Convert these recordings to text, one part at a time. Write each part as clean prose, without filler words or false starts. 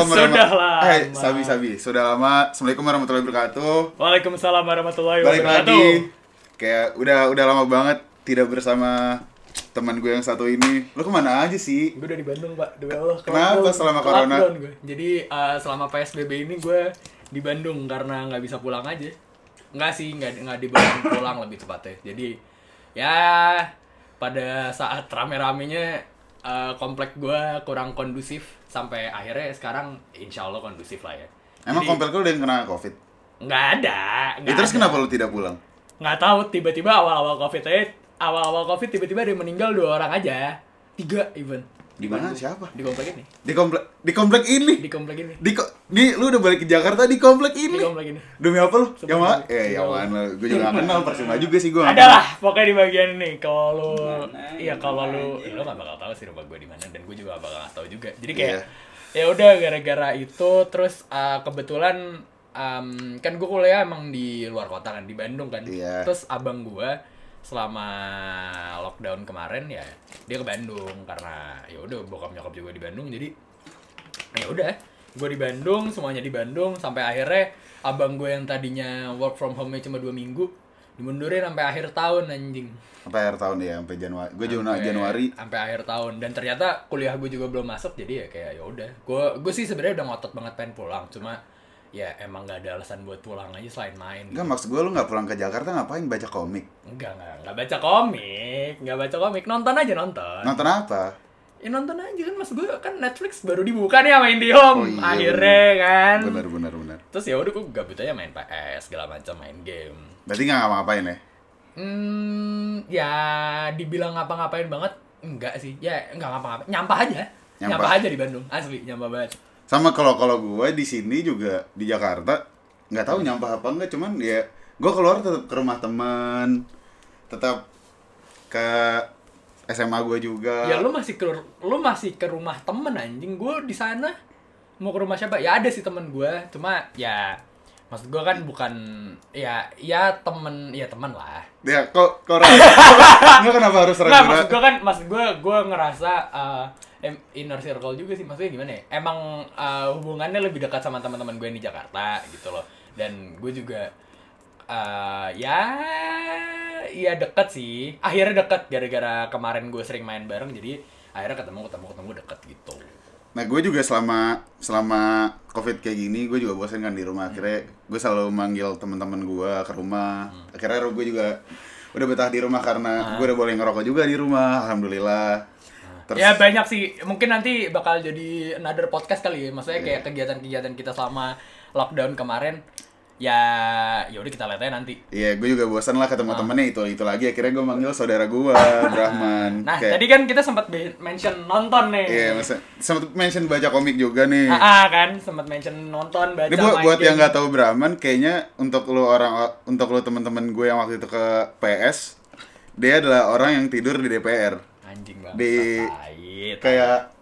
Sudah lama. Sabi. Sudah lama. Assalamualaikum warahmatullahi wabarakatuh. Waalaikumsalam warahmatullahi Balik wabarakatuh. lagi. Kayak udah lama banget tidak bersama teman gue yang satu ini. Lo kemana aja sih? Gue udah di Bandung, Pak. Demi Allah. Kenapa selama corona? Gue. Jadi selama PSBB ini gue di Bandung karena nggak bisa pulang aja. Nggak sih, nggak dibawa pulang lebih tepatnya. Jadi ya pada saat rame-ramenya komplek gue kurang kondusif sampai akhirnya sekarang insya Allah kondusif lah ya. Emang Jadi, komplek lo udah yang kena COVID? nggak ada. Terus kenapa lo tidak pulang? Nggak tahu, tiba-tiba awal-awal COVID tiba-tiba ada yang meninggal 2 orang aja. 3 even. Di mana? Siapa? Di komplek ini. Di komplek ini. Di komplek ini. Nih lu udah balik ke Jakarta di komplek ini. Di komplek ini. Demi apa lu? Sumpah Yang mana? demi- Yang mana? Gue juga gak kenal, percuma juga sih gue. Ada lah pokoknya di bagian ini. Kalau lu kalau lu nggak bakal tahu sih rumah gue di mana dan gue juga gak bakal tahu juga. Jadi kayak ya udah gara-gara itu terus kebetulan kan gue kuliah emang di luar kota kan, di Bandung kan. Iya. Terus abang gue selama lockdown kemarin ya dia ke Bandung karena ya udah bokap nyokap juga di Bandung, jadi ya udah gue di Bandung, semuanya di Bandung sampai akhirnya abang gue yang tadinya work from home-nya cuma 2 minggu dimundurin sampai akhir tahun anjing. Sampai akhir tahun ya, sampai Januari. Gue juga Januari. Sampai akhir tahun dan ternyata kuliah gue juga belum masuk, jadi ya kayak ya udah. Gue sih sebenarnya udah ngotot banget pengen pulang, cuma ya emang gak ada alasan buat pulang aja selain main. Enggak, maksud gue lu gak pulang ke Jakarta ngapain baca komik? Enggak baca komik, nonton aja nonton. Nonton apa? Ya nonton aja kan, mas gue kan Netflix baru dibuka nih sama IndiHome. Oh, iya, akhirnya kan. Benar. Terus ya udah gue gabut aja main PS segala macam, main game. Berarti gak ngapa-ngapain ya? Ya dibilang ngapa-ngapain banget enggak sih. Ya enggak ngapa-ngapain, nyampah aja. Nyampah. Nyampah aja di Bandung, asli nyampah banget. Sama kalau gue di sini juga di Jakarta nggak tahu nyampah apa enggak, cuman ya gue keluar tetap ke rumah teman, tetap ke SMA gue juga. Ya lu masih ke rumah temen anjing. Gue di sana mau ke rumah siapa? Ya ada sih temen gue, cuma ya maksud gue kan bukan ya temen lah. Ya kok nggak kenapa harus Nggak, ragu-ragu? maksud gue ngerasa inner circle juga sih, maksudnya gimana ya? Emang hubungannya lebih dekat sama teman-teman gue yang di Jakarta gitu loh. Dan gue juga ya deket sih. Akhirnya deket gara-gara kemarin gue sering main bareng, jadi akhirnya ketemu deket gitu. Nah gue juga selama COVID kayak gini gue juga bosan kan di rumah. Akhirnya gue selalu manggil teman-teman gue ke rumah. Akhirnya gue juga udah betah di rumah karena gue udah boleh ngerokok juga di rumah, alhamdulillah. Terus, Ya banyak sih, mungkin nanti bakal jadi another podcast kali ya. Maksudnya kayak kegiatan-kegiatan kita selama lockdown kemarin. Ya udah kita lihat aja nanti. iya, gue juga bosan lah ketemu temennya itu lagi. Akhirnya gue manggil saudara gue, Brahman. Nah, tadi kan kita sempat mention nonton nih. Iya, sempat mention baca komik juga nih. Kan sempat mention nonton, baca. Ini buat yang nggak tahu Brahman, kayaknya untuk lu teman-teman gue yang waktu itu ke PS, dia adalah orang yang tidur di DPR. Anjing banget. Kayak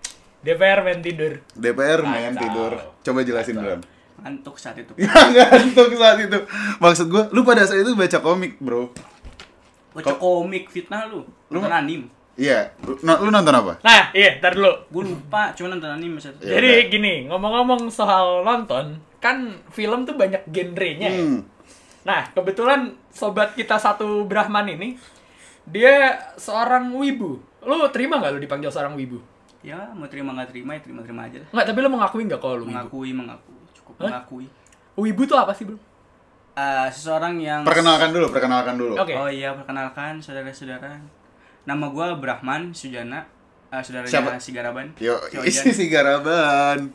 DPR main tidur. DPR main tidur. Coba jelasin Bram. Ngantuk saat itu. Ya ngantuk saat itu. Maksud gue, lu pada saat itu baca komik, bro. Baca komik, fitnah lu. Nonton anim. Iya, lu nonton apa? Nah, tar dulu. Gue lupa, cuma nonton anim saat itu. Ya Jadi udah. gini, ngomong-ngomong soal nonton, kan film tuh banyak genrenya ya. Nah, kebetulan sobat kita satu Brahman ini, dia seorang wibu. Lu terima nggak lu dipanggil seorang wibu? Ya, mau terima nggak terima, ya terima aja lah. Nggak, tapi lu mengakui nggak kalau lu wibu? Mengaku. Cukup Hah? mengakui. Wibu tuh apa sih, bro? Seseorang yang... Perkenalkan dulu. Oke. Oh iya, perkenalkan saudara-saudara. Nama gue Brahman Sujana. Saudaranya Siapa? si Garaban. Yo, Si Ojan. isi si Garaban.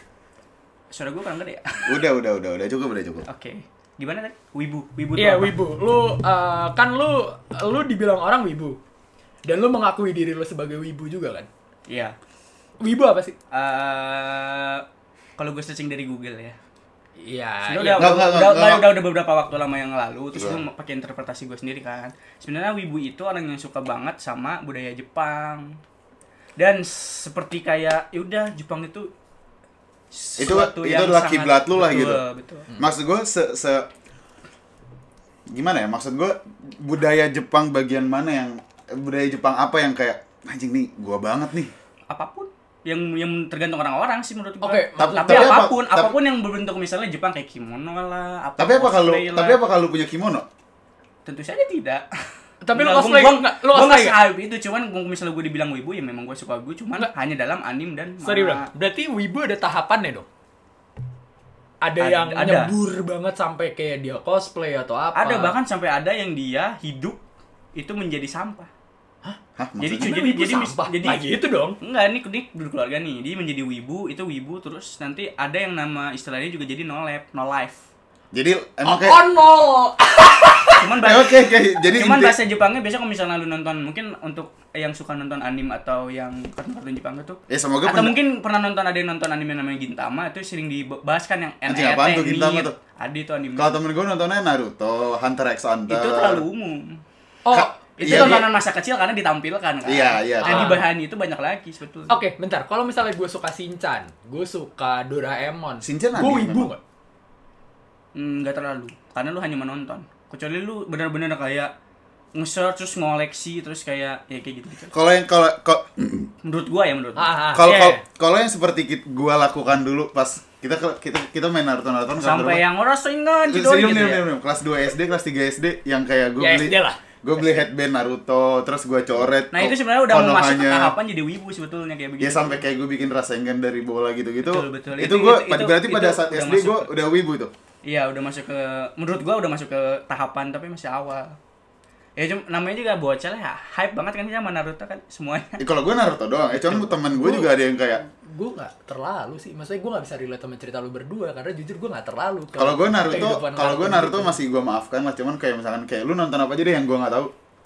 Suara gue kurang gede ya? Udah cukup. Oke. Gimana tadi? Wibu tuh Iya, apa? wibu. Lu kan lu dibilang orang wibu. Dan lu mengakui diri lu sebagai wibu juga kan? Iya. Wibu apa sih? Kalau gue searching dari Google ya. Iya. Sebenarnya udah beberapa waktu lama yang lalu, terus gue pakai interpretasi gue sendiri kan. Sebenarnya wibu itu orang yang suka banget sama budaya Jepang. Dan seperti kayak ya udah Jepang itu sesuatu itu yang adalah sangat- kiblat lu lah betul, gitu. Betul. Maksud gue gimana ya? Maksud gue budaya Jepang bagian mana yang budaya Jepang apa yang kayak anjing nih gua banget nih. Apapun. yang tergantung orang-orang sih menurut gua. Oke, tapi tapi apapun yang berbentuk misalnya Jepang kayak kimono lah, Tapi cosplay lah. apa kalau punya kimono? Tentu saja tidak. Tapi lu Nggak, cosplay gua nggak? Lu gua cosplay nggak nggak? hype itu, cuman kalau misalnya gue dibilang wibu ya memang gue suka wibu, cuman Nggak. hanya dalam anime dan Sorry bro, berarti wibu ada tahapannya dong? Ada yang Ada. nyebur banget sampai kayak dia cosplay atau apa? Ada bahkan sampai ada yang dia hidup itu menjadi sampah. Hah, Jadi maksudnya? Emang wibu jadi sampah? jadi Nah, gitu dong. Enggak, ini berkeluarga nih. Dia menjadi wibu, itu wibu terus nanti ada yang nama istilahnya juga jadi no life. Jadi emang Oh, kayak oh no. Cuman oke. Jadi cuman inti- bahasa Jepangnya biasa kalau misalnya lu nonton, mungkin untuk yang suka nonton anime atau yang kartun Jepang itu, ya semoga atau mungkin pernah nonton, ada yang nonton anime namanya Gintama, itu sering dibahas kan yang Anjing, apaan tuh Gintama tuh? Ada itu anime. kalau temen gue nontonnya Naruto, Hunter x Hunter. Itu terlalu umum. Oh, Itu Iya, tontonan masa kecil karena ditampilkan kan. Iya. Dan di bahan itu banyak lagi sebetulnya. Oke, bentar. Kalau misalnya gue suka Shinchan, gue suka Doraemon, Shinchan gue anime wibu memang. nggak? Nggak terlalu, karena lu hanya menonton. Kecuali lu benar-benar kayak nge-search terus ngoleksi terus kayak ya kayak gitu. Kalau yang Menurut gua ya menurut gua. kalau iya. kalau yang seperti gua lakukan dulu pas kita main Naruto kan Sampai yang orang seringan gitu Diam, ya. kelas 2 SD, kelas 3 SD yang kayak gue Ya, beli SD lah. gue beli headband Naruto, terus gue coret. Nah, itu sebenarnya udah mau masuk ke Konohanya. tahapan jadi wibu sebetulnya kayak begitu. Ya sampai kayak gue bikin Rasengan dari bola gitu-gitu. Betul. Itu gue Itu- berarti pada itu saat udah SD masuk gue ke- udah wibu tuh. Iya, udah masuk ke, menurut gua udah masuk ke tahapan tapi masih awal. Ya cuma namanya juga bocah lah ya, hype banget kan dia sama Naruto kan semuanya. Kalau gue Naruto doang, cuman temen gue juga ada yang kayak Gue nggak terlalu sih, maksudnya gue nggak bisa relate sama cerita lu berdua karena jujur gue nggak terlalu. ke kalau gue kehidupan Naruto kartun gitu. masih gue maafkan lah, cuman kayak misalkan kayak lu nonton apa aja deh yang gue nggak tahu.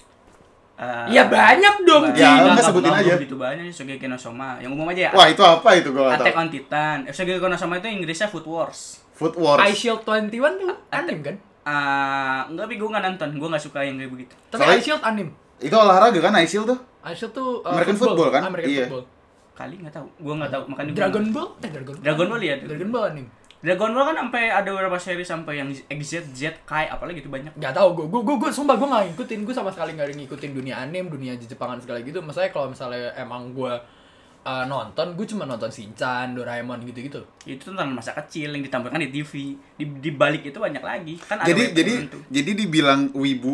Ya banyak dong, Ya, Ji. enggak sebutin aja. Gitu banyak Shogeki no Soma. Yang umum aja ya. Wah itu apa itu gue nggak Attack tahu. on Titan. Shogeki no Soma itu Inggrisnya Food Wars. Food Wars. Ice Shield 21 tuh anime kan? Enggak, tapi gue nggak nonton. Gue nggak suka yang kayak begitu. Tapi Soalnya- Ice Shield anime. Itu olahraga kan Ice Shield tuh? Ice Shield tuh American football kan? American Iya. football. Kali nggak tahu. Gue nggak tahu. Makanya Dragon gua... Ball? Dragon Ball ya. Dragon Ball anime. Dragon Ball kan sampai ada beberapa seri sampai yang XZ, Kai, apalagi gitu banyak. Gak tau, gue sumpah gue gak ngikutin, gue sama sekali gak ngikutin dunia anime, dunia Jepangan segala gitu. Maksudnya kalau misalnya emang gue nonton, gue cuma nonton Shinchan, Doraemon gitu-gitu. Itu tentang masa kecil yang ditampilkan di TV. Di balik itu banyak lagi. Kan ada web tertentu. Jadi dibilang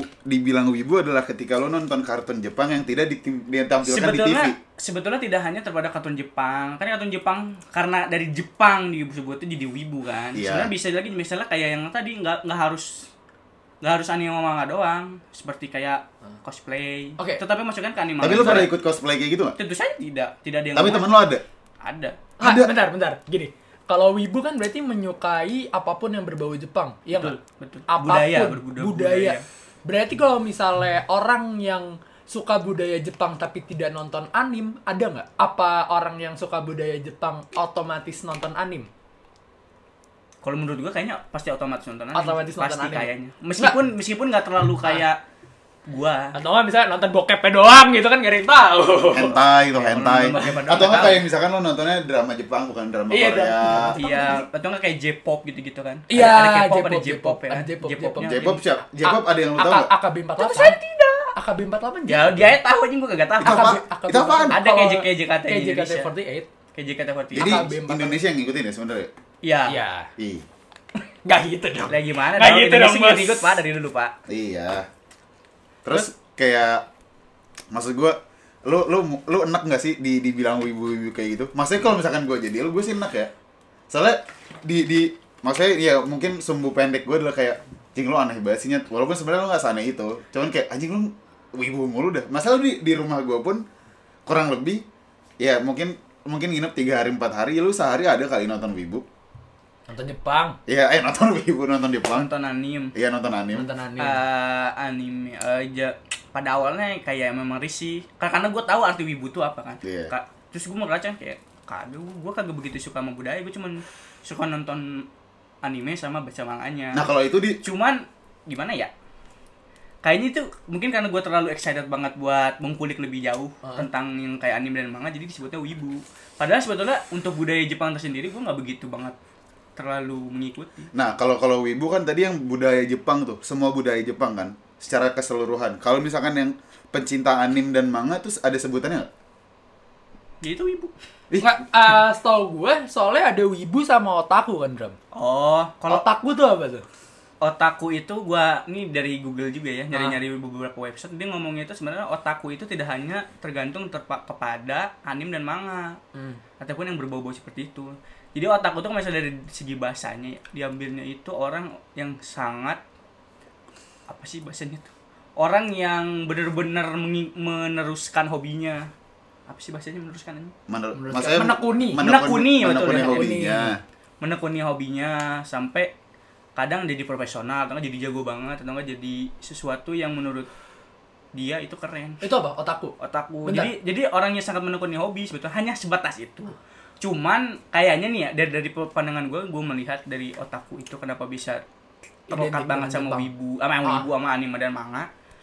wibu adalah ketika lo nonton kartun Jepang yang tidak ditampilkan di TV. Sebetulnya tidak hanya terhadap kartun Jepang. Kan kartun Jepang karena dari Jepang disebutnya jadi wibu kan. Iya. Sebenarnya bisa lagi misalnya kayak yang tadi nggak harus anime sama manga doang. Seperti kayak cosplay. Oke. Tetapi masukkan ke anime. Tapi lo pernah ikut cosplay kayak gitu nggak? Tentu saja tidak ada yang Tapi mau. temen lo ada? Ada. Bentar, gini. Kalau wibu kan berarti menyukai apapun yang berbau Jepang, iya nggak? Betul. Apapun, Budaya. budaya. Berarti kalau misalnya orang yang suka budaya Jepang tapi tidak nonton anime, ada nggak? Apa orang yang suka budaya Jepang otomatis nonton anime? Kalau menurut gua kayaknya pasti otomatis nonton anime. Otomatis nonton pasti anime. kayaknya. Meskipun nggak terlalu kayak gua. Atau nggak misalnya nonton bokepnya doang gitu kan gak ada yang tahu. Hentai itu hentai. Kalau nonton Atau nggak tahu. kayak misalkan lo nontonnya drama Jepang bukan drama Iya, Korea. Iya, atau nggak kayak J-pop gitu-gitu kan. Iya, Ada K-pop, ada J-pop, J-pop ya. ada J-pop, J-popnya. J-pop siapa? J-pop ada yang lo tau nggak? AKB48. Tentu saja tidak. AKB48 Ya, dia tahu aja gua kagak tahu. Itu apa? Itu apaan? Ada kayak JKT di Indonesia. JKT48. Kayak JKT48. Jadi AKB48. Indonesia yang ngikutin ya sebenarnya. Iya. Iya. Ih. Gak gitu dong. Lah gimana? Nggak Tahu gitu Indonesia dong, Bos. ngikut Pak dari dulu, Pak. Iya. Terus kayak maksud gua lu enak nggak sih dibilang wibu-wibu kayak gitu? Maksudnya kalau misalkan gua jadi lu, gue sih enak ya. Soalnya maksudnya ya mungkin sumbu pendek gue adalah kayak anjing lu aneh banget sih Nyet. Walaupun sebenarnya lu nggak seaneh itu. Cuman kayak anjing lu wibu mulu dah. Masalah di rumah gua pun kurang lebih ya mungkin nginep 3 hari 4 hari ya lu sehari ada kali nonton wibu. Nonton Jepang, Iya, nonton wibu, nonton Jepang. Nonton anime. Iya, nonton anime. nonton anime. Anime aja pada awalnya kayak memang risih karena gue tahu arti wibu tuh apa kan. Iya. Terus gue mau baca kayak gue kagak begitu suka sama budaya, gue cuman suka nonton anime sama baca manganya. Nah, kalau itu Cuman gimana ya, kayaknya itu mungkin karena gue terlalu excited banget buat mengkulik lebih jauh tentang yang kayak anime dan manga, jadi disebutnya wibu. Padahal sebetulnya untuk budaya Jepang tersendiri gue nggak begitu banget terlalu mengikuti. Nah, kalau wibu kan tadi yang budaya Jepang tuh, semua budaya Jepang kan, secara keseluruhan. Kalau misalkan yang pencinta anime dan manga tuh ada sebutannya nggak? Jadi itu wibu. Nggak, setahu gue soalnya ada wibu sama otaku kan, Bram. Oh, kalau Otaku tuh apa tuh? otaku itu gua ini dari Google juga ya, nyari-nyari beberapa website, dia ngomongnya itu sebenarnya otaku itu tidak hanya tergantung kepada anime dan manga. Ataupun yang berbau-bau seperti itu. Jadi otaku itu misalnya dari segi bahasanya diambilnya itu orang yang sangat apa sih bahasanya tuh? Orang yang benar-benar meneruskan hobinya. Apa sih bahasanya meneruskan ini? Maksudnya menekuni hobinya. Menekuni hobinya sampai kadang jadi profesional, atau jadi jago banget, atau jadi sesuatu yang menurut dia itu keren. Itu apa? Otaku. Bentar. Jadi orang yang sangat menekuni hobi sebetulnya hanya sebatas itu. Cuman kayaknya nih ya dari pandangan gue melihat dari otaku itu kenapa bisa terlekat banget sama wibu, sama anime dan manga.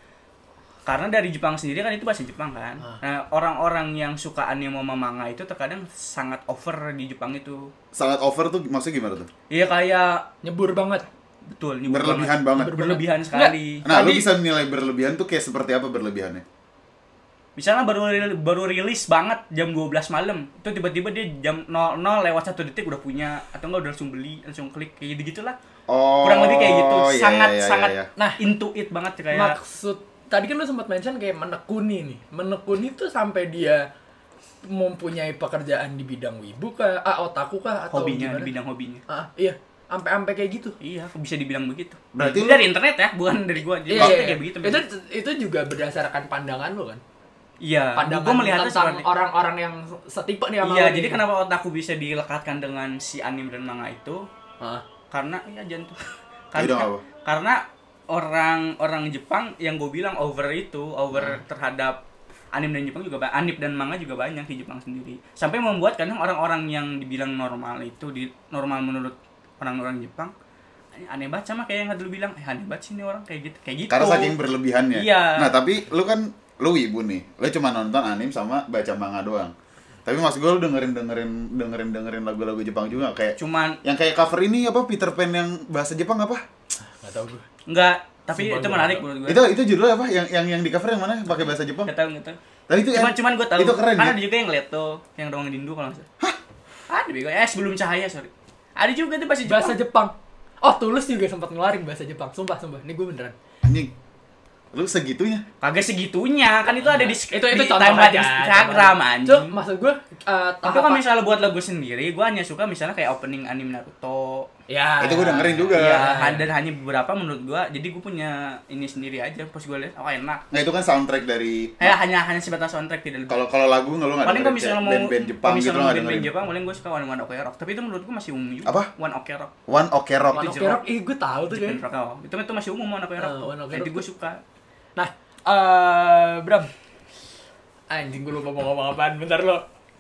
Karena dari Jepang sendiri kan itu bahasa Jepang kan. Nah, orang-orang yang suka anime sama manga itu terkadang sangat over di Jepang itu. Sangat over tuh maksudnya gimana tuh? Iya kayak nyebur banget. Betul, berlebihan banget. Berlebihan sekali. Nah, lu bisa menilai berlebihan tuh kayak seperti apa berlebihannya? Misalnya baru rilis banget jam 12 malam, itu tiba-tiba dia jam 00 lewat 1 detik udah punya, atau enggak udah langsung beli, langsung klik kayak gitu-gitulah. Oh. Kurang lebih kayak gitu. Sangat iya. Nah, into it banget kayak. Maksud tadi kan lu sempat mention kayak menekuni nih. Menekuni tuh sampai dia mempunyai pekerjaan di bidang wibu kah, otaku kah, atau hobinya gimana? di bidang hobinya. Iya. Sampai kayak gitu. Iya, bisa dibilang begitu. Berarti dari internet ya, bukan dari gua. Jadi kayak begitu. Itu juga berdasarkan pandangan lu kan? Iya, pandangan melihatnya tentang orang-orang yang setipe nih sama iya, jadi kenapa otaku bisa dilekatkan dengan si anime dan manga itu? Karena ya jantung. Karena orang Jepang yang gue bilang over terhadap anime dan Jepang juga anime dan manga juga banyak di Jepang sendiri. Sampai membuat kadang orang-orang yang dibilang normal itu normal menurut orang-orang Jepang aneh banget sama kayak yang dulu bilang aneh banget sih ini orang kayak gitu. Karena saking berlebihannya. Iya. Nah, tapi lu wibu nih, lu cuma nonton anime sama baca manga doang. Tapi maksud gue lu dengerin lagu-lagu Jepang juga kayak cuman yang kayak cover ini apa Peter Pan yang bahasa Jepang apa? Enggak tahu gue. Enggak, tapi itu menarik menurut gue. Itu judulnya apa? Yang di cover yang mana pakai bahasa Jepang? Enggak tahu. Tapi itu cuman gue tahu. Itu keren. Karena ada juga yang ngeliat tuh, yang Ruang Dindu kalau enggak salah. Hah? Ada bego. Sebelum Cahaya, sorry. Ada juga tuh bahasa Jepang. Oh, Tulus juga sempat ngeluarin bahasa Jepang. Sumpah. Ini gue beneran. Anjing. Lu segitunya? Kagak segitunya, kan itu ada di contoh aja, Instagram anjing. Maksud gue tapi kalau misalnya buat lagu sendiri, gue hanya suka misalnya kayak opening anime Naruto. Ya. Itu gue dengerin juga. Ya, dan hanya beberapa menurut gue. Jadi gue punya ini sendiri aja pas gue lihat, enak. Nah, itu kan soundtrack dari hanya sebatas soundtrack tidak lebih. Kalau lagu lu enggak paling kalau misalnya mau band Jepang gitu enggak dengerin. Band Jepang paling gue suka One Ok Rock. Tapi itu menurut gue masih umum juga. Apa? One Ok Rock. One Ok Rock. Gue tahu tuh kan. Itu masih umum One Ok Rock. Jadi gue suka. Nah, Bram. Anjing gue lupa mau ngomong apaan, bentar lo.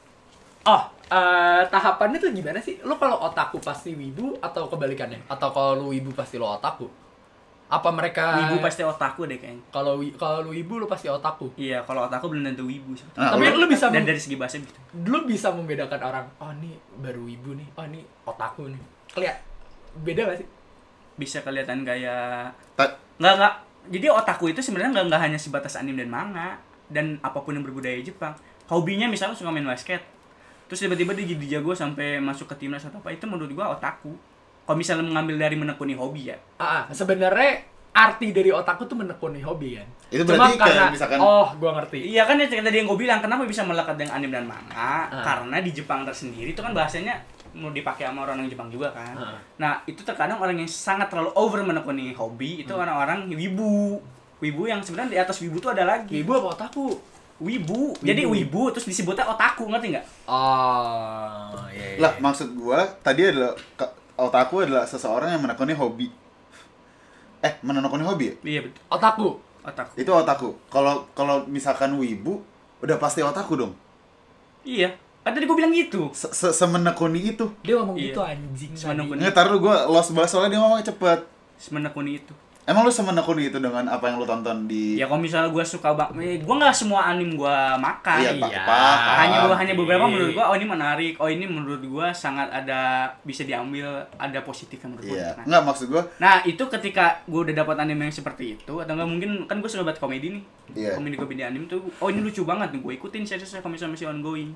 Tahapannya tuh gimana sih? Lo kalau otaku pasti wibu atau kebalikannya? Atau kalau lu wibu pasti lo otaku? Apa mereka wibu pasti otaku deh kayaknya. Kalau lu wibu lu pasti otaku. Iya, kalau otaku belum tentu wibu sih. Tapi lu bisa dan dari segi bahasa gitu. Lu bisa membedakan orang, ini baru wibu nih, ini otaku nih. Beda gak sih? Bisa kelihatan kayak enggak. Jadi otaku itu sebenarnya nggak hanya sebatas anime dan manga dan apapun yang berbudaya Jepang. Hobinya misalnya suka main basket, terus tiba-tiba dia jadi jago sampai masuk ke timnas atau apa, itu menurut gua otaku. Kalau misalnya mengambil dari menekuni hobi ya. Sebenarnya arti dari otaku tuh menekuni hobi kan. Itu berarti kayak misalkan gua ngerti. Iya kan tadi yang gua bilang kenapa bisa melekat dengan anime dan manga? Karena di Jepang tersendiri itu kan bahasanya mau dipakai sama orang Jepang juga kan. Nah, itu terkadang orang yang sangat terlalu over menekuni hobi itu orang-orang wibu. Wibu yang sebenarnya di atas wibu tuh ada lagi. Wibu apa otaku? Wibu. Jadi wibu terus disebutnya otaku, ngerti enggak? Iya. Lah, maksud gua tadi adalah otaku adalah seseorang yang menekuni hobi. Menekuni hobi ya? Iya, betul. Otaku. Itu otaku. Kalau misalkan wibu udah pasti otaku dong. Iya. Kan tadi gue bilang gitu. Semenekuni itu. Dia ngomong gitu anjing. Nggak, taruh gue lost bahas soalnya dia ngomongnya cepet. Semenekuni itu. Emang lu semenekuni itu dengan apa yang lu tonton di... Ya kalau misalnya gue suka gue nggak semua anime gue makan. Iya. Hanya beberapa menurut gue, ini menarik. Ini menurut gue sangat ada bisa diambil, ada positifnya menurut gue. Iya. Nggak, maksud gue. Nah itu ketika gue udah dapat anime yang seperti itu, atau nggak mungkin kan gue suka banget komedi nih. Iya. Komedi anime tuh, ini lucu banget nih, gue ikutin seriesnya kalau misalnya masih ongoing.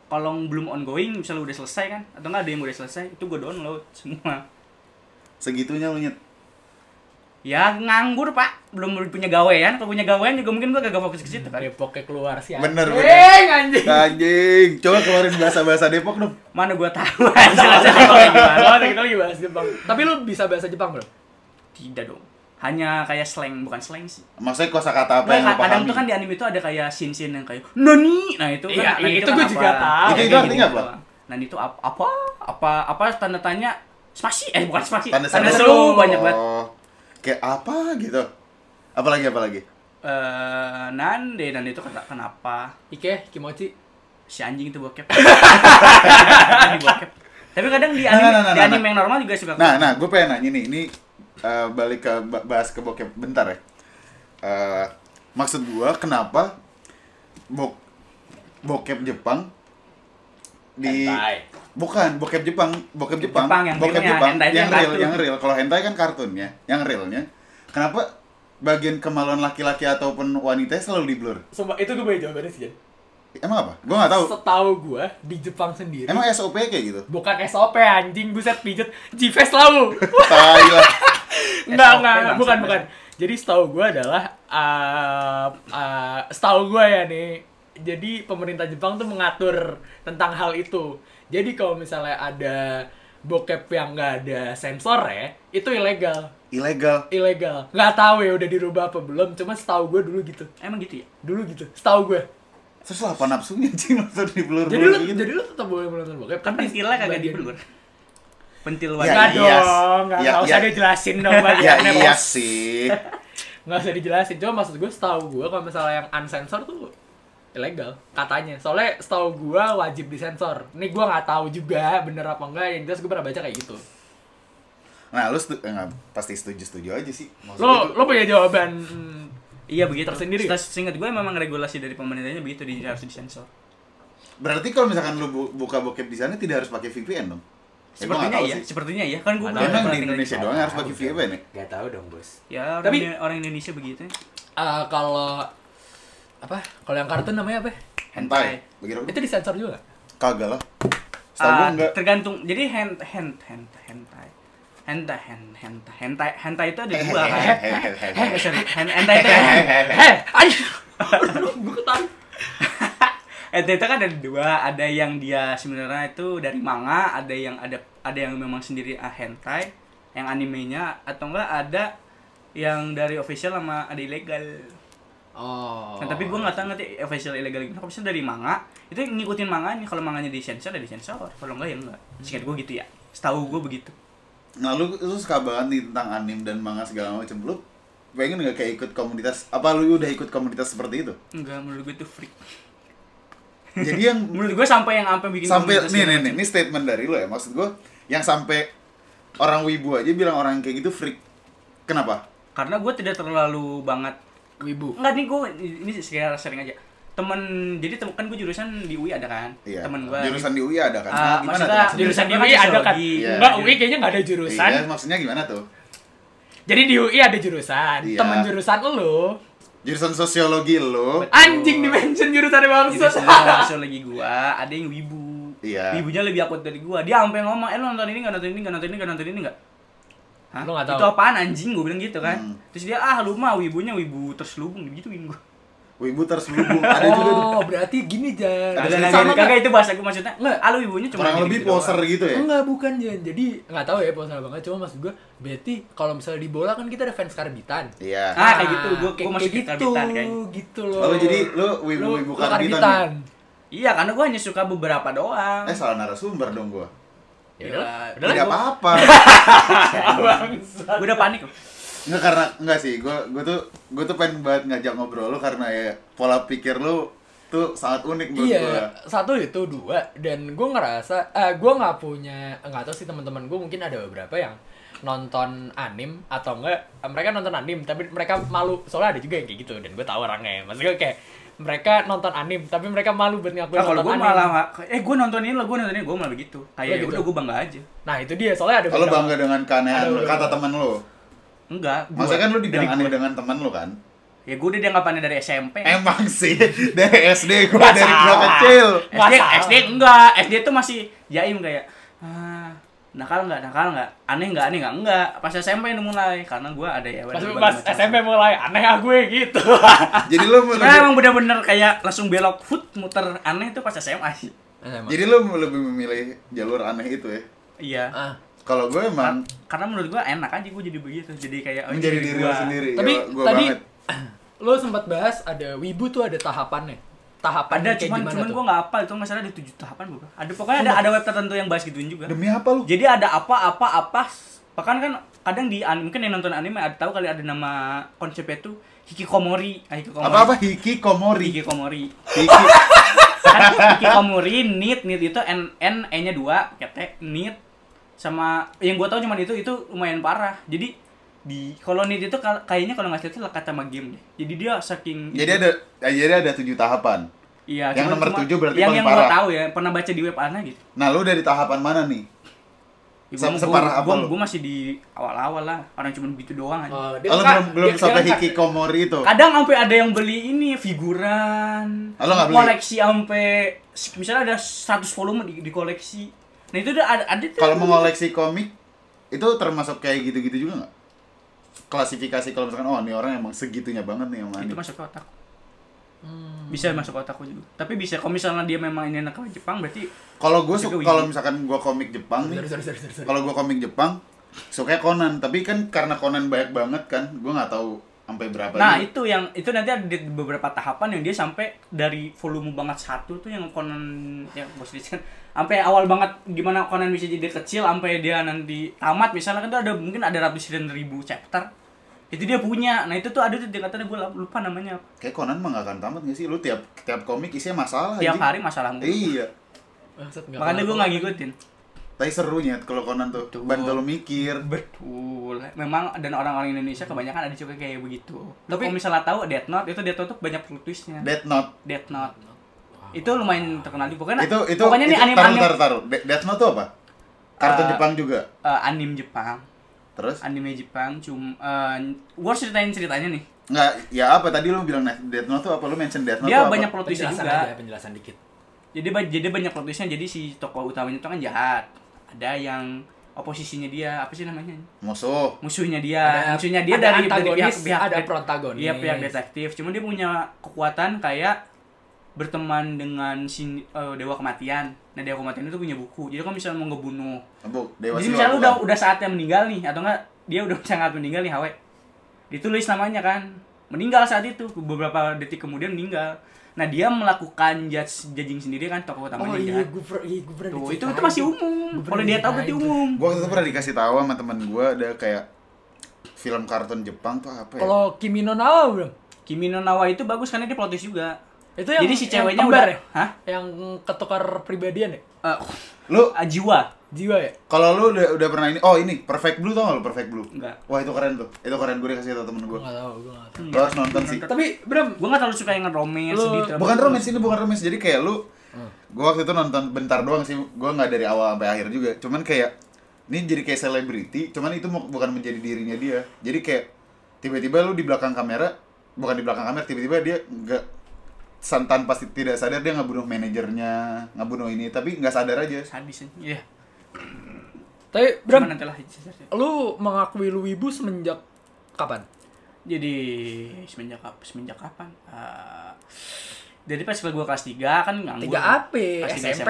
kalau belum ongoing misalnya udah selesai kan atau enggak ada yang udah selesai itu gue download semua. Segitunya lu Nyet. Ya nganggur pak, belum punya gawean. Kalau punya gawean juga mungkin gue gak fokus ke situ kan. Depoknya keluar sih. Bener. Anjing. Anjing. Coba keluarin bahasa-bahasa Depok dong. Mana gue tahu aja Depok gimana. Oh, kita lagi bahas Jepang. Tapi lu bisa bahasa Jepang, Bro? Tidak dong. Hanya kayak slang, bukan slang sih. Maksudnya kosakata apa yang lu Kadang pahami? tuh kan di anime itu ada kayak scene-scene yang kayak nani. Nah itu Iya, kan itu kan gue juga tahu. Itu artinya apa? Nani itu apa tanda tanya spasi bukan spasi. Tanda seru. seru banyak banget. Kayak apa gitu? Apalagi? Nande itu kenapa? Ike, Kimochi. Si anjing itu bokep. Di bokep. Tapi kadang di anime yang normal juga suka. Nah, gue pengen nanya nih, ini balik ke bahas ke bokep bentar ya. Maksud gue kenapa bokep Jepang di Hentai. bukan bokep Jepang Jepang yang bokep realnya, Jepang hentai yang itu real, kartun. Kalau hentai kan kartunnya, yang realnya. Kenapa bagian kemaluan laki-laki ataupun wanita selalu di blur? Sumpah, itu gue punya jawabannya sih, Jan. Emang apa? Gue nggak tahu. Setahu gue di Jepang sendiri. Emang SOP kayak gitu? Bukan SOP anjing, buset pijet G-Face lalu. Tai lah. Enggak, bukan. Jadi setahu gue adalah setahu gue ya nih. Jadi pemerintah Jepang tuh mengatur tentang hal itu. Jadi kalau misalnya ada bokep yang nggak ada sensor ya, itu ilegal. Ilegal. Nggak tahu ya udah dirubah apa belum. Cuma setahu gue dulu gitu. Emang gitu ya? Dulu gitu. Setahu gue. Terus apa nafsunya sih nonton di blur gitu? Jadi lu tetap boleh menonton bokep. Kan pentilnya kagak di blur. Pentil Ya, Nggak wajib. iya. dong. Nggak Ya, usah iya. dijelasin dong Ya bagiannya. iya Bos. sih. Nggak usah dijelasin. Cuma maksud gue setahu gue kalau misalnya yang unsensor tuh ilegal katanya. Soalnya setahu gue wajib disensor. Ini gue nggak tahu juga bener apa enggak. Yang jelas gue pernah baca kayak gitu. Nah, lu pasti setuju aja sih. Maksud Lo gua tuh- punya jawaban Iya begitu. Tersendiri. Seingat gue memang regulasi dari pemerintahnya begitu harus disensor. Berarti kalau misalkan lu buka bokep di sana tidak harus pakai VPN dong? Gua nggak tahu sih. Sepertinya iya. Kan gue Nggak belum tahu. Emang pernah di tinggal Indonesia sana. doang harus pakai VPN ya? Gak tahu dong bos. Ya, Tapi- orang Indonesia begitu. Kalau apa? Kalau yang kartun namanya apa? Hentai. Begitu. Itu disensor juga nggak? Kagak lah. Setahu gua enggak. Tergantung. Jadi hentai itu ada dua kan. Sorry. Hentai itu Aduh, gue ketahuan. hentai itu kan ada dua. Ada yang dia sebenarnya itu dari manga, ada yang memang sendiri hentai, yang animenya, atau enggak ada yang dari official sama ada ilegal. Oh. Nah, tapi gue nggak tahu nanti official ilegal gimana. Kalau misalnya dari manga, itu ngikutin manganya. Kalau manganya disensor, ya disensor. Kalau enggak ya enggak. Seingat gue gitu ya. Setahu gue begitu. Nah, lu suka banget nih tentang anime dan manga segala macam. Lu pengen nggak kayak ikut komunitas? Apa lu udah ikut komunitas seperti itu? Enggak, menurut gue itu freak. Jadi yang Menurut gue sampai bikin sampai komunitas nih segala macam. ini statement dari lu ya. Maksud gua yang sampai orang wibu aja bilang orang yang kayak gitu freak. Kenapa? Karena gue tidak terlalu banget. Wibu. Enggak nih gue ini sekedar sharing aja. Kan gue jurusan di UI ada kan. Iya. Temen gue. Jurusan di UI ada kan? Ah, Gimana tuh maksudnya maksudnya? Jurusan di Jurusan UI ada kan? sosiologi. Iya. Enggak, UI kayaknya nggak ada jurusan. Iya, maksudnya gimana tuh? Jadi di UI ada jurusan. Iya. Temen jurusan lo. Jurusan sosiologi lo. Anjing di-mention jurusannya Jurusan bangsat. sosiologi gue ada yang wibu. Iya. Wibunya lebih akut dari gue. Dia sampai ngomong, lu nonton ini nggak, nonton ini nggak, nonton ini nggak, nonton ini nggak. Hah? Lu nggak tahu? Itu apaan anjing, gue bilang gitu kan. Hmm. Terus dia lu mah wibunya wibu terselubung digituin gue. Wibu terselubung. Ada juga tuh. Oh, berarti gini, Jan. Ada Kagak itu bahasa gue maksudnya. Nggak. Lu wibunya cuma Kurang lebih gitu-gitu poser doang. gitu ya? Enggak, bukan, Jan. Jadi nggak tahu ya poster banget, cuma maksud gue berarti kalau misalnya di bola kan kita ada fans karbitan. Iya. Ah, kayak gitu. Gua kayak masuk ke gitu, karbitan kayaknya. gitu loh. Oh, jadi lu wibu-wibu karbitan. Iya, karena gue hanya suka beberapa doang. Salah narasumber dong gua. Ya udah. Tidak apa-apa. Gue udah panik loh. Enggak sih, gue tuh pengen banget ngajak ngobrol lu karena ya pola pikir lu tuh sangat unik menurut Iya, gua. satu itu, dua, dan gue ngerasa, gue nggak punya, nggak tahu sih teman-teman gue mungkin ada beberapa yang nonton anim atau enggak, mereka nonton anim tapi mereka malu, soalnya ada juga yang kayak gitu dan gue tahu orangnya, maksudnya kayak mereka nonton anim tapi mereka malu buat ngakuin Kalau nonton gue anim. malah, gue nonton ini, gue malah begitu. Kayak gitu? udah gue bangga aja. Nah itu dia, soalnya ada Kalau beberapa- bangga dengan keanehan Ada beberapa. kata teman lu. Enggak. Maksudnya kan lu dibilang Dari aneh gua. dengan teman lu kan? Ya gue udah dianggapannya dari SMP. Emang sih dari SD gue dari gue kecil. SD enggak, SD tuh masih jaim kayak nakal nggak, aneh nggak. Pas SMP udah mulai, karena gue ada ya. Pas SMP mulai aneh gue gitu. Jadi lu emang bener-bener kayak langsung belok muter aneh tuh pas SMA sih. Jadi lu lebih memilih jalur aneh itu ya? Iya. Kalau gue emang karena menurut gue enak aja gue jadi begitu, jadi kayak menjadi diri lu sendiri. Tapi ya, gua tadi banget. lo sempat bahas ada wibu tuh ada tahapannya. Tahapannya Ada kayak cuman gimana tuh? gue nggak apa itu nggak salah ada 7 tahapan bro. Ada pokoknya ada web tertentu yang bahas gituin juga. Demi apa lu? Jadi ada apa bahkan kan kadang di mungkin yang nonton anime ada tahu kali ada nama konsepnya tuh hikikomori. Apa hikikomori? Hikikomori. Hiki. Kan hikikomori, need itu n nya 2 pakai t, need sama yang gue tahu cuman itu lumayan parah. Jadi di kalau need itu kayaknya kalau nggak salah itu lekat sama game deh. Jadi dia saking Jadi ada 7 tahapan. Iya, yang nomor 7 berarti yang paling gue parah. tahu ya, pernah baca di web Ana gitu. Nah, lu dari tahapan mana nih? Separah apa lu? Gue masih di awal-awal lah. Orang cuma gitu doang aja. Lu belum sampai hikikomori itu. Kadang sampai ada yang beli ini figuran. Lo nggak beli? Koleksi sampai misalnya ada 100 volume di koleksi. Nah, itu udah ada tuh. Kalau mengoleksi komik itu termasuk kayak gitu-gitu juga nggak? Klasifikasi kalau misalkan ini orang emang segitunya banget nih sama itu masuk ke otak. Bisa masuk ke otakku juga. Tapi bisa kalau misalnya dia memang ini anak Jepang berarti kalau misalkan gue komik Jepang nih. Kalau gue komik Jepang suka Conan, tapi kan karena Conan banyak banget kan, gue nggak tahu sampai berapa. Nah, itu nanti ada di beberapa tahapan yang dia sampai dari volume banget 1 tuh yang Conan yang bos kan sampai awal banget gimana Conan bisa jadi kecil sampai dia nanti tamat misalnya kan tuh ada mungkin ada ratusan ribu chapter. Itu dia punya. Nah, itu tuh ada tuh katanya gue lupa namanya apa. Kayak Conan mah gak akan tamat gak sih? Lu tiap komik isinya masalah. Tiap hari masalah mulu. Iya. Makanya gue gak ngikutin. Tapi serunya kalau Conan tuh. Bantu lu mikir. Betul. Memang dan orang-orang Indonesia kebanyakan ada juga kayak begitu. Tapi kalau misalnya tahu Death Note tuh banyak plot twistnya. Death Note. Itu lumayan terkenal juga. Pokoknya nih anime. Taruh. Death Note tuh apa? Kartun Jepang juga. Anime Jepang. Terus? Anime Jepang gue ceritanya nih. Enggak, ya apa tadi lu bilang Death Note tuh apa? Lu mention Death Note dia tuh apa? Banyak plot twistnya juga. Penjelasan dikit. Jadi banyak plot twistnya. Jadi si tokoh utamanya itu kan jahat. Ada yang oposisinya dia, apa sih namanya? Musuhnya dia. Musuhnya dia dari pihak ada protagonis. Iya, pihak detektif. Cuma dia punya kekuatan kayak berteman dengan si dewa kematian. Nah, dewa kematian itu punya buku. Jadi kalau misalnya mau ngebunuh, jadi misalnya udah saatnya meninggal nih, atau enggak dia udah sangat meninggal nih, ditulis namanya kan, meninggal saat itu, beberapa detik kemudian meninggal. Nah, dia melakukan judging sendiri kan, tokoh utamanya. Gue pernah tuh, itu masih umum. Kalau dia tahu berarti umum. Gue waktu itu pernah dikasih tahu sama teman gue ada kayak film kartun Jepang tuh apa ya? Kalau Kimi no Na wa belum? Kimi no Na wa itu bagus karena dia plot twist juga. Itu yang jadi si ceweknya udah ya? Hah? Yang ketukar pribadian ya? Lu jiwa ya? Kalau lu udah pernah ini Perfect Blue, tau gak lu Perfect Blue? Enggak. Wah, itu keren tuh. Itu keren, gue dikasih tau temen gue. Gue gak tau. Lu harus nonton sih. Tapi Bram, gue gak terlalu suka yang romance gitu. Bukan romance. Jadi kayak lu gue waktu itu nonton bentar doang sih. Gue gak dari awal sampai akhir juga. Cuman kayak ini jadi kayak selebriti, cuman itu bukan menjadi dirinya dia. Jadi kayak tiba-tiba lu di belakang kamera, tiba-tiba dia tanpa tidak sadar dia ngebunuh manajernya, ngebunuh ini, tapi nggak sadar aja. Sadis ya. Tapi Bram, lu mengakui lu wibu semenjak kapan? Jadi semenjak kapan? Jadi pas gue kelas 3 kan nganggur. 3 AP, SMP,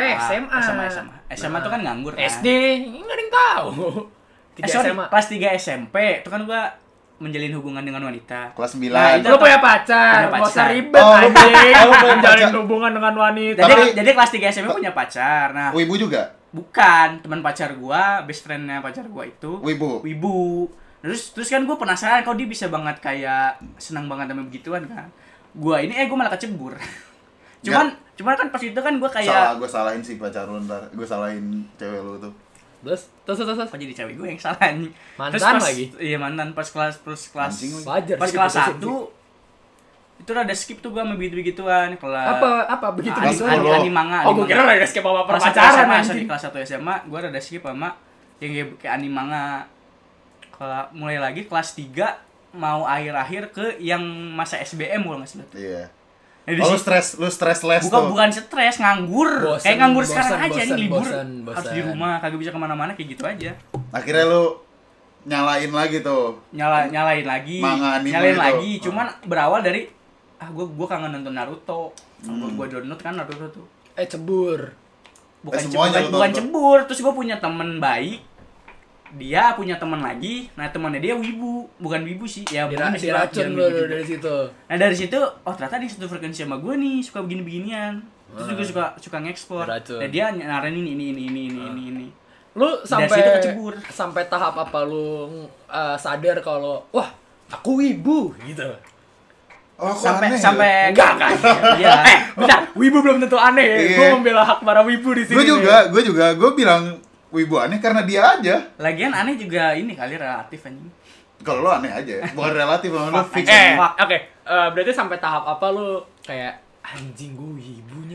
SMA tuh kan nganggur kan. SD, nggak ada yang tahu. Kelas 3 SMP, itu kan gue menjalin hubungan dengan wanita. Kelas 9. Nah, itu lu punya pacar. Enggak usah ribet anjing. Lu menjalin hubungan dengan wanita. Jadi kelas 3 SMP punya pacar. Nah, wibu juga? Bukan, teman pacar gua, best friend-nya pacar gua itu wibu. Terus kan gua penasaran kok dia bisa banget kayak senang banget sama begituan kan. Gua malah kecebur. Cuman kan pas itu kan gua kayak gua salahin si pacar lu ntar. Gua salahin cewek lu tuh. Terus kok jadi cewek gue yang salah nih. Mantan lagi? Iya, mantan pas kelas wajar pas kelas 1 itu rada skip tuh gue sama begituan. Apa begitu anime manga. Gue kira rada skip sama pacaran anjing. Kelas 1 SMA gue rada skip sama yang kayak anime manga. Kalau mulai lagi kelas 3 mau akhir-akhir ke yang masa SBM kalau nggak salah. Iya. Nah, Oh, lu stress less tuh. bukan stres, nganggur. Bosen, Kayak nganggur bosen, sekarang aja bosen, nih libur. bosen. Harus di rumah, kagak bisa kemana-mana kayak gitu aja. Akhirnya lu nyalain lagi tuh. Nyalain lagi. Manga anime Nyalain itu. lagi, cuman berawal dari gua kangen nonton Naruto. Gua download kan Naruto tuh. Cebur. Semuanya lu Bukan tonton. cembur, terus gua punya temen baik. Dia punya teman lagi, nah temannya dia wibu, bukan wibu sih, ya bukan sih, Diracun bilang lu wibu juga. dari situ. Nah dari situ, oh ternyata dia satu frekuensi sama gue nih, suka begini-beginian. Terus juga suka ngekspor. Diracun. Nah dia nyaranin ini. Lu Dari situ kecebur. sampai tahap apa lu sadar kalau wah, aku wibu gitu. Oh, kok aneh ya? sampai Enggak kan? Iya. Bentar, wibu belum tentu aneh. Iya. Gue membela hak para wibu di sini. Gue juga bilang wibu aneh karena dia aja. Lagian aneh juga ini kali relatif anjing. Kalau lo aneh aja, bukan relatif, emang lo fix. Oke. Berarti sampai tahap apa lu kayak anjing gue wibunya?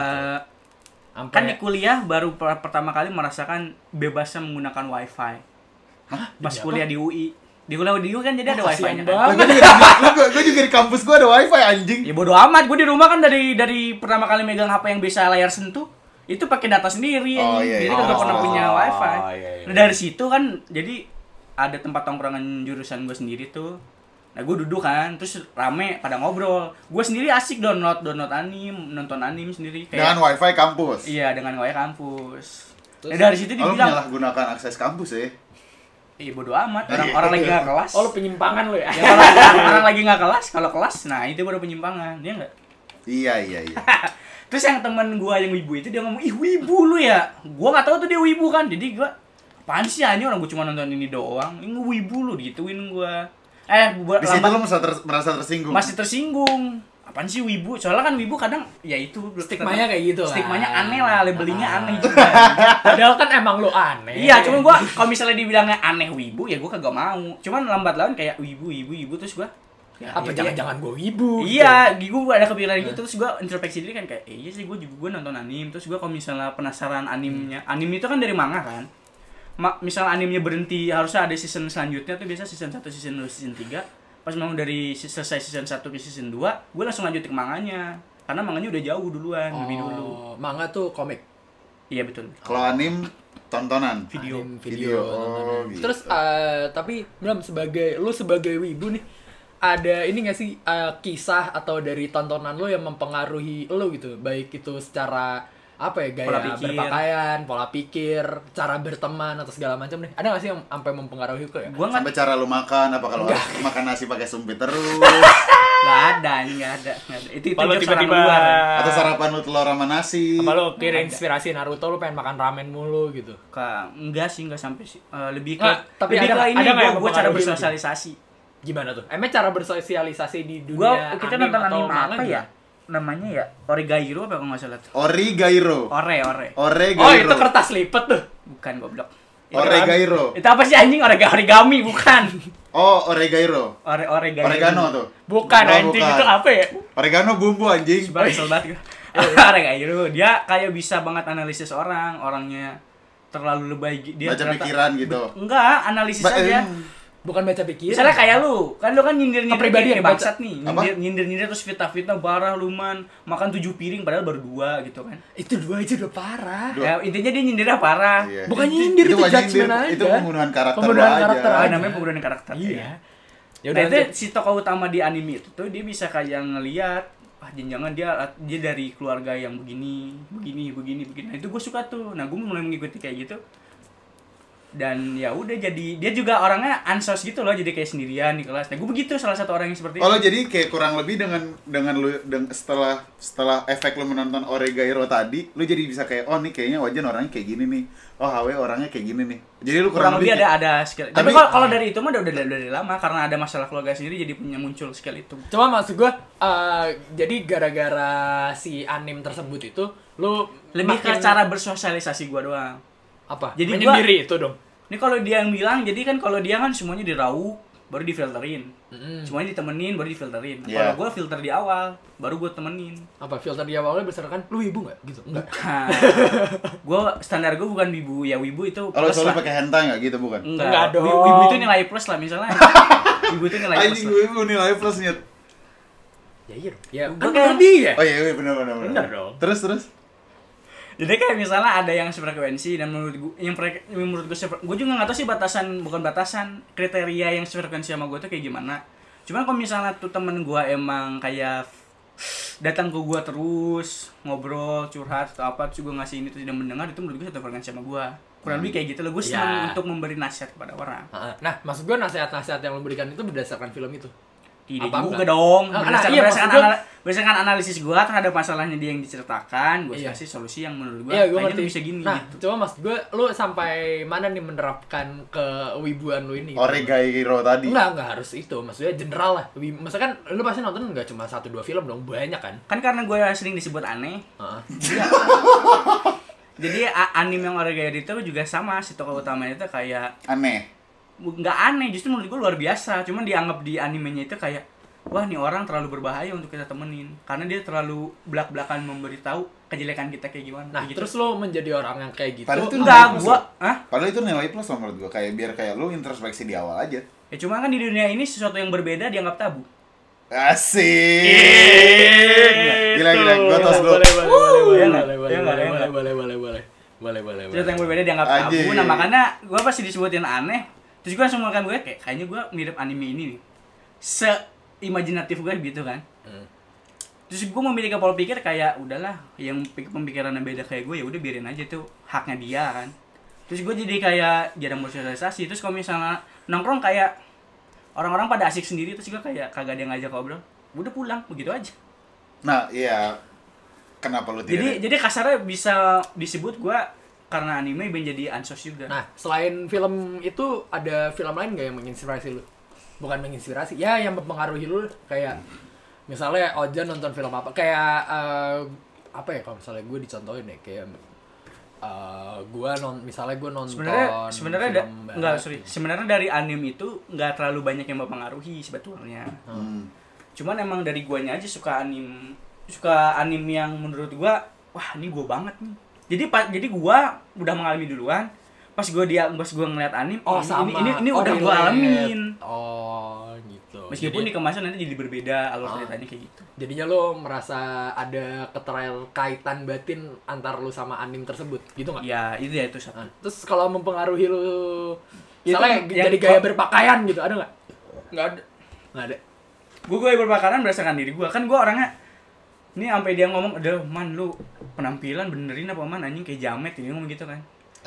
Kan di kuliah baru pertama kali merasakan bebasnya menggunakan wifi. Pas Demi kuliah di UI. Di kuliah di UI kan jadi ada kasihan wifi-nya kan. banget. Gue juga di kampus gue ada wifi anjing. Ya bodo amat, gue di rumah kan dari pertama kali megang HP yang bisa layar sentuh, itu pakai data sendiri. Oh, anjing. iya, Jadi iya. kagak pernah punya wifi. iya. Nah, dari situ kan jadi ada tempat tongkrongan jurusan gue sendiri tuh. Nah gue duduk kan, terus rame pada ngobrol. Gue sendiri asik download anime, nonton anime sendiri. Dengan wifi kampus. Iya, dengan wifi kampus. Terus, Nah dari situ Lo dibilang, menyalahgunakan akses kampus ya. bodo amat, orang lagi nggak kelas. Oh, lu penyimpangan lu ya? Ya, orang lagi nggak kelas, kalau kelas, nah itu baru penyimpangan, ya nggak? Iya. Terus yang teman gua yang wibu itu dia ngomong, ih wibu lu ya. Gua nggak tahu tuh dia wibu kan, jadi gua apaan sih anjing, orang gua cuma nonton ini doang. Ini wibu lu digituin gua. Buat Di situ lo merasa tersinggung. masih tersinggung. Apaan sih wibu? Soalnya kan wibu kadang ya itu Stigmanya kayak gitu lah. Stigmanya aneh lah, labelingnya aneh juga. Padahal kan emang lu aneh. Iya, cuman gua kalau misalnya dibilangnya aneh wibu ya gua kagak mau. Cuman lambat laun kayak wibu terus gua ya, Apa ya, jangan-jangan gue wibu? Iya, gue ada kepikiran gitu, terus gue introspeksi diri kan kayak, iya sih gue nonton anime, terus gue kalau misalnya penasaran animenya, anime itu kan dari manga kan, misalnya animenya berhenti harusnya ada season selanjutnya tuh biasa season 1, season 2, season 3, pas mau dari selesai season 1 ke season 2, gue langsung lanjutin ke manganya, karena manganya udah jauh duluan, lebih dulu. Manga tuh komik. Iya betul. Kalau anime tontonan. Video. Video. Oh, gitu. Terus tapi belum sebagai wibu nih, ada ini gak sih kisah atau dari tontonan lo yang mempengaruhi lo gitu, baik itu secara apa ya, gaya Pola pikir. berpakaian, pola pikir, cara berteman atau segala macam nih, ada gak sih yang sampai mempengaruhi lo ya? Gue nggak Sampai cara lu makan, apa kalau makan nasi pakai sumpit terus, ada. Itu Kalau jokes orang tiba-tiba luar. atau sarapan lu telur sama nasi. apa lo kira inspirasi Naruto lo pengen makan ramen mulu gitu? Enggak sampai sih. Lebih ke Nggak, tapi lebih ada ke ini nggak yang gue cara mempengaruhi lo, bersosialisasi. Gimana tuh? Emang cara bersosialisasi di dunia Kita nonton atau anime manga apa ya? gimana? Namanya ya Origairo apa kalau nggak salah tuh? Origairo. Ore. Oh, itu kertas lipat tuh. Bukan goblok. Origairo. Itu apa sih anjing? Origami bukan. Oh, Origairo. Oregano. Oregano tuh. Bukan Oh, anjing, bukan. itu apa ya? Oregano bumbu anjing. Sebar kesel banget gue. Oregano. Dia kayak bisa banget analisis orangnya terlalu lebay dia Baca pikiran gitu. Enggak, analisis aja. Bukan baca pikiran. Misalnya kayak lu kan nyindir Kepribadian, kayak bangsat nih. Apa? Nyindir terus fitnah barah luman, makan 7 piring padahal baru 2 gitu kan. Itu dua aja udah parah. Ya intinya dia nyindirnya parah. Iya. Bukan nyindir, itu bukan judgment aja. Itu pembunuhan karakter Pembunuhan lo aja. karakter Ah, aja. namanya pembunuhan karakter. Iya. Ya udah itu si tokoh utama di anime itu tuh dia bisa kayak ngelihat jangan dia dari keluarga yang begini. Nah, itu gue suka tuh. Nah, gue mulai mengikuti kayak gitu. Dan ya udah jadi dia juga orangnya ansos gitu loh, jadi kayak sendirian di kelas. Nah, gue begitu salah satu orang yang seperti Oh, lo itu. jadi kayak kurang lebih dengan lu setelah efek lu menonton Oregairo tadi, lu jadi bisa kayak nih kayaknya Wajan orangnya kayak gini nih. Oh, HW orangnya kayak gini nih. Jadi lu kurang lebih ada skill. Tapi kalau dari itu mah udah dari lama karena ada masalah keluarga sendiri jadi punya muncul skill itu. Cuma maksud gue, jadi gara-gara si anime tersebut itu, lu Lebih ke cara bersosialisasi gua doang. apa? Jadi menyendiri itu dong. Ini kalau dia yang bilang, jadi kan kalau dia kan semuanya diraup, baru difilterin. Semuanya ditemenin, baru difilterin. Yeah. Kalau gue filter di awal, baru gue temenin. Apa filter di awalnya berdasarkan lu ibu nggak gitu? Enggak. Gue standar gue bukan wibu, ya wibu itu kalau plus soalnya lah. pakai hentai nggak gitu bukan? Enggak dong. Wibu itu nilai plus lah misalnya. Wibu tuh nilai plus. Anjing wibu nilai plus nyet. Ya iya. Ya Gua kan kayak- lebih ya. Oh iya benar. Benar dong. Terus. Jadi kayak misalnya ada yang sefrekuensi dan menurut gue gue juga nggak tahu sih bukan batasan kriteria yang sefrekuensi sama gue tuh kayak gimana. Cuman kalau misalnya tuh temen gue emang kayak datang ke gue terus ngobrol curhat atau apa terus gue ngasih ini terus tidak mendengar, itu menurut gue satu frekuensi sama gue. Kurang lebih kayak gitu loh, gue senang Ya. untuk memberi nasihat kepada orang. Nah, maksud gue nasihat-nasihat yang lo berikan itu berdasarkan film itu. Tidak Apa juga enggak? dong. Iya, Berdasarkan analisis gue terhadap masalahnya dia yang diceritakan, gue Iya. kasih solusi yang menurut gue Iya, gue kayaknya ngerti. bisa gini Nah, gitu. cuma maksud gue, lu sampai mana nih menerapkan kewibuan lu ini? Oregai Hero tadi. Enggak harus itu. Maksudnya general lah. Maksudnya kan lu pasti nonton enggak cuma 1-2 film dong, banyak kan? Kan karena gue sering disebut aneh. Heeh. Jadi anime yang Oregai itu juga sama, si tokoh utamanya itu kayak Aneh. nggak aneh, justru menurut gue luar biasa. Cuman dianggap di animenya itu kayak wah nih orang terlalu berbahaya untuk kita temenin karena dia terlalu belak-belakan memberitahu kejelekan kita kayak gimana. Nah, kayak gitu. terus lu menjadi orang yang kayak gitu. Padahal itu enggak nilai plus gua, loh. hah? Padahal itu nilai plus loh menurut gua, kayak biar kayak lu introspeksi di awal aja. Ya cuma kan di dunia ini sesuatu yang berbeda dianggap tabu. Asik. Gila, gua tos lu. Boleh. Sesuatu yang berbeda dianggap tabu. Anjing. Nah makanya gue pasti disebutin aneh. Terus gue langsung makan gue kayak kayaknya gue mirip anime ini nih. Imajinatif gue gitu kan. Terus gue memiliki pola pikir kayak udahlah yang pemikirannya beda kayak gue ya udah biarin aja tuh haknya dia kan. Terus gue jadi kayak jarang bersosialisasi. Terus kalau misalnya nongkrong kayak orang-orang pada asik sendiri terus gue kayak kagak ada yang ngajak ngobrol. Udah pulang begitu aja. Nah, iya. Kenapa lu tidak? Jadi kasarnya bisa disebut gue karena anime menjadi ansos juga. Nah, selain film itu ada film lain nggak yang menginspirasi lu? Bukan menginspirasi, ya yang mempengaruhi lu kayak misalnya Ojan nonton film apa? Kayak apa ya kalau misalnya gue dicontohin ya kayak misalnya gue nonton sebenarnya film barat. sebenarnya dari anime itu nggak terlalu banyak yang mempengaruhi sebetulnya. Cuman emang dari guanya aja suka anime yang menurut gua wah ini gua banget nih. Jadi gua udah mengalami duluan. Pas gua ngeliat anime, ini udah gua alamin. Oh, gitu. Meskipun di kemasan nanti jadi berbeda alur ceritanya kayak gitu. Jadinya lo merasa ada keterkaitan batin antar lu sama anime tersebut, gitu nggak? Ya, itu satu. Nah, terus kalau mempengaruhi lu Itu misalnya yang- jadi gaya berpakaian gitu, ada nggak? Nggak ada. Nggak ada. Gue berbakaran berdasarkan diri gua. Kan gua orangnya ini sampai dia ngomong, "Aduh, man lu penampilan benerin apa man anjing kayak jamet." Dia ngomong gitu kan.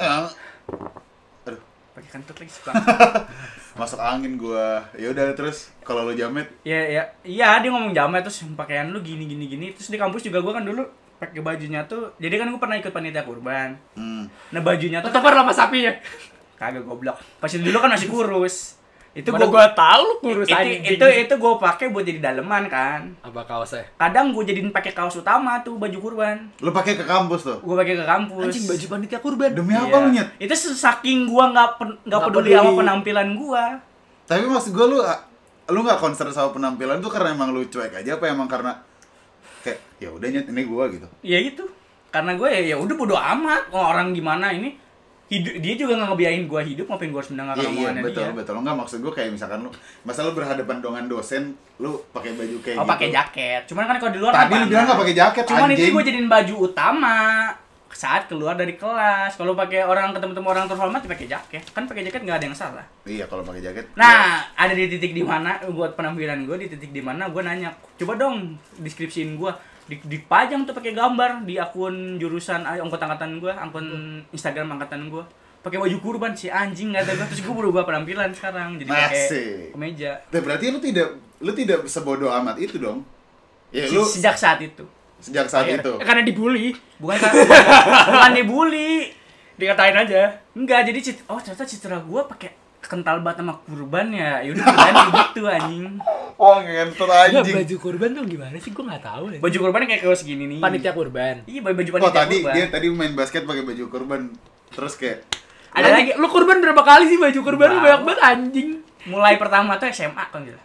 Aduh, Pakai kantut lagi suka. masuk angin gua. Ya udah terus kalau lu jamet, Iya, dia ngomong jamet terus pakaian lu gini. Terus di kampus juga gua kan dulu pakai bajunya tuh. Jadi kan gua pernah ikut panitia kurban. Nah, bajunya tuh Tetap lama sapi ya. kagak goblok. Pas itu dulu kan masih kurus. Itu Mana gua gua tahu lu kurus anjing. itu gua pakai buat jadi daleman kan. Apa kaosnya? Kadang gua jadiin pakai kaos utama tuh baju kurban. lu pakai ke kampus tuh. Gua pakai ke kampus. Anjing baju panitia kurban. Demi Iya. apa lu nyet? Itu saking gua nggak peduli peduli. sama penampilan gua. Tapi maksud gua lu nggak concern sama penampilan tuh karena emang lu cuek aja apa emang karena kayak ya udah nyet ini gua gitu. Ya gitu. Karena gue ya udah bodo amat orang gimana ini hidup, dia juga nggak ngebiayain gue hidup, ngapain gue harus mendengarkan Iya omongannya betul dia. betul. Enggak maksud gua kayak misalkan masa lu berhadapan dengan dosen, lu pakai baju kayak gitu. Pakai jaket. Cuman kan kalau di luar Tadi apa? lu bilang nggak pakai jaket. Cuman itu anjing. gue jadiin baju utama saat keluar dari kelas. Kalau pakai orang ketemu orang terhormat pakai jaket. Kan pakai jaket nggak ada yang salah. Iya kalau pakai jaket. Nah, ada di titik di mana buat penampilan gue, di titik di mana gue nanya, coba dong deskripsiin gue. Dipajang tuh pakai gambar di akun jurusan angkatan gue, akun Instagram angkatan gue. Pakai baju kurban si anjing kata gue, terus gue berubah penampilan sekarang jadi pakai Masih. kemeja. Nah, berarti lu tidak sebodoh amat itu dong. Ya lu Sejak saat itu. sejak saat itu. Karena dibully, Bukan dibully. dikatain aja. Enggak, jadi ternyata citra gue pakai kental banget sama kurban ya. Ya udah berani gitu anjing. Oh ngentot Enggak, anjing. baju kurban tuh gimana sih? Gua enggak tahu deh. Baju kurban kayak kaos gini nih. Panitia kurban. Iya, baju Oh panitia tadi kurban. dia tadi main basket pakai baju kurban. Terus kayak Ada lagi Lu kurban berapa kali sih baju kurban lu banyak banget anjing. mulai pertama tuh SMA kan gitu.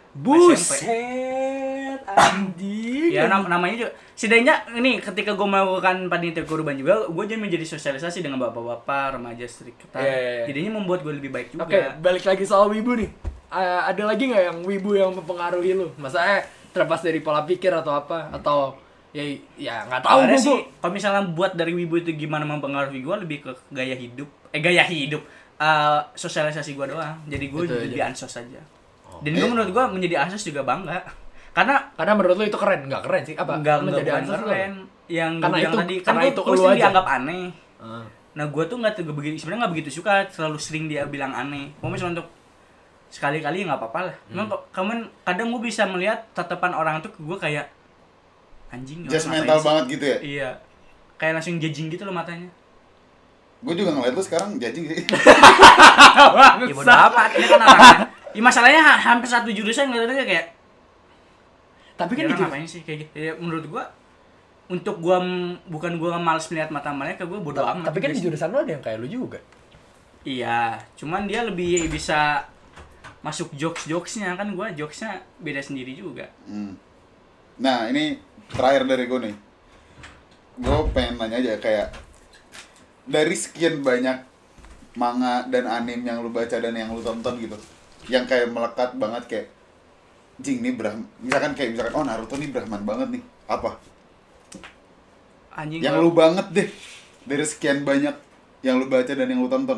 Buset, anjing. Ya namanya juga. Setidaknya ini ketika gue melakukan panitia kurban juga, gue jadi menjadi sosialisasi dengan bapak-bapak, remaja sekitar. Iya. Jadinya membuat gue lebih baik juga. Oke, balik lagi soal wibu nih. ada lagi nggak yang wibu yang mempengaruhi lu? Maksudnya terlepas dari pola pikir atau apa? Atau ya nggak tahu Ada gue. sih, kalau misalnya buat dari wibu itu gimana mempengaruhi gue lebih ke gaya hidup, sosialisasi gue doang. Jadi gue Itu lebih aja. ansos aja. Dan gue menurut gue menjadi ansos juga bangga. Karena Menurut lu itu keren? Nggak keren sih? Apa? enggak Menjadi bukan ansos lu? keren. Yang gue Karena bilang itu- tadi, kan karena gue itu sering lu aja. dianggap aneh. Ah. Nah gue tuh sebenarnya nggak begitu suka, terlalu sering dia bilang aneh. Kalau misalnya untuk sekali-kali ya nggak apa-apa lah. Cuman kadang gue bisa melihat tatapan orang tuh ke gue kayak anjing. Just ngapain mental sih? banget gitu ya. Iya, kayak langsung judging gitu loh matanya. Gue juga ngeliat lu sekarang judging sih. Ya bodo amat, ini kan orangnya. Ya masalahnya hampir satu jurusan ngeliatnya kayak Tapi kan dia di ngapain sih kayak gitu. Ya, menurut gua untuk gua bukan gua males melihat mata mereka, gua bodo amat. tapi kan di Guys. jurusan lu ada yang kayak lu juga. Iya, cuman dia lebih bisa masuk jokes-jokesnya kan, gua jokesnya beda sendiri juga. Nah, ini terakhir dari gue nih. Gue pengen nanya aja kayak dari sekian banyak manga dan anime yang lu baca dan yang lu tonton gitu, yang kayak melekat banget kayak jing nih misalkan oh Naruto nih Brahman banget nih, apa Anjing yang kalau- lu banget deh dari sekian banyak yang lu baca dan yang lu tonton?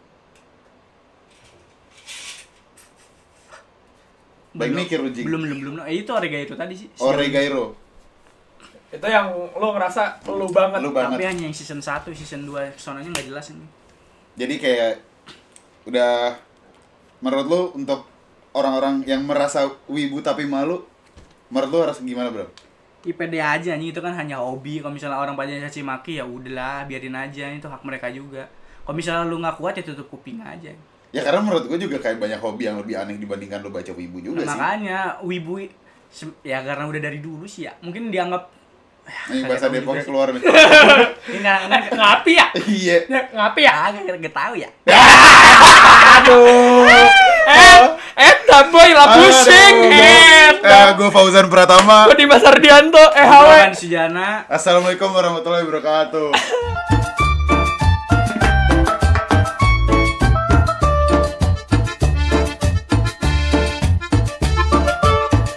Baik mikir lu, Jing. belum. Itu Orega itu tadi sih. Oregairo. Itu yang lu ngerasa lu banget. Lu Tapi banget. hanya yang season 1, season 2 sonanya nggak jelas ini. Jadi kayak udah, menurut lu untuk orang-orang yang merasa wibu tapi malu, menurut lu harus gimana, bro? IPD aja nih, itu kan hanya hobi. Kalau misalnya orang pada caci maki ya udahlah, biarin aja, itu hak mereka juga. Kalau misalnya lu nggak kuat ya tutup kuping aja. Ya karena menurut gue juga kayak banyak hobi yang lebih aneh dibandingkan lu baca wibu juga Nah, sih. makanya wibu ya karena udah dari dulu sih ya. Mungkin dianggap Ini bahasa kagak tahu Depoknya juga keluar nih. ini nggak Ngapi ya? Iya. Ngapi ya? nggak tahu ya. Aduh. Boy lah pusing. Gue Fauzan Pratama. Gue Dimas Ardianto. Hawe. Sujana. Assalamualaikum warahmatullahi wabarakatuh.